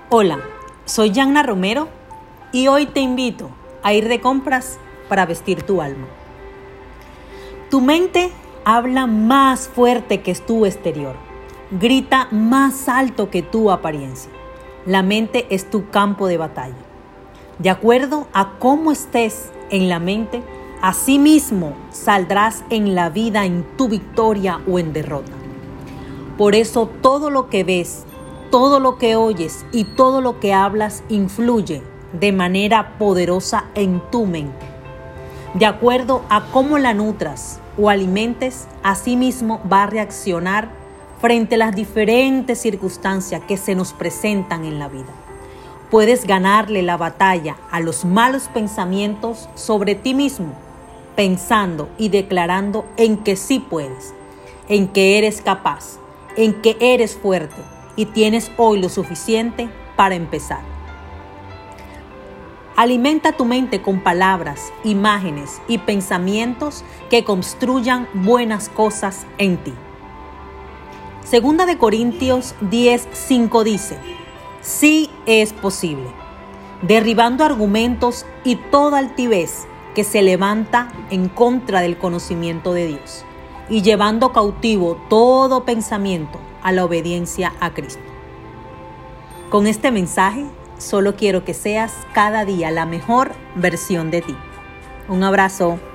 Hola, soy Yanna Romero y hoy te invito a ir de compras para vestir tu alma. Tu mente habla más fuerte que tu exterior, grita más alto que tu apariencia. La mente es tu campo de batalla. De acuerdo a cómo estés en la mente, así mismo saldrás en la vida en tu victoria o en derrota. Por eso todo lo que ves, todo lo que oyes y todo lo que hablas influye de manera poderosa en tu mente. De acuerdo a cómo la nutras o alimentes, así mismo va a reaccionar frente a las diferentes circunstancias que se nos presentan en la vida. Puedes ganarle la batalla a los malos pensamientos sobre ti mismo, pensando y declarando en que sí puedes, en que eres capaz, en que eres fuerte y tienes hoy lo suficiente para empezar. Alimenta tu mente con palabras, imágenes y pensamientos que construyan buenas cosas en ti. Segunda de Corintios 10:5 dice: sí es posible, derribando argumentos y toda altivez que se levanta en contra del conocimiento de Dios y llevando cautivo todo pensamiento a la obediencia a Cristo. Con este mensaje, solo quiero que seas cada día la mejor versión de ti. Un abrazo.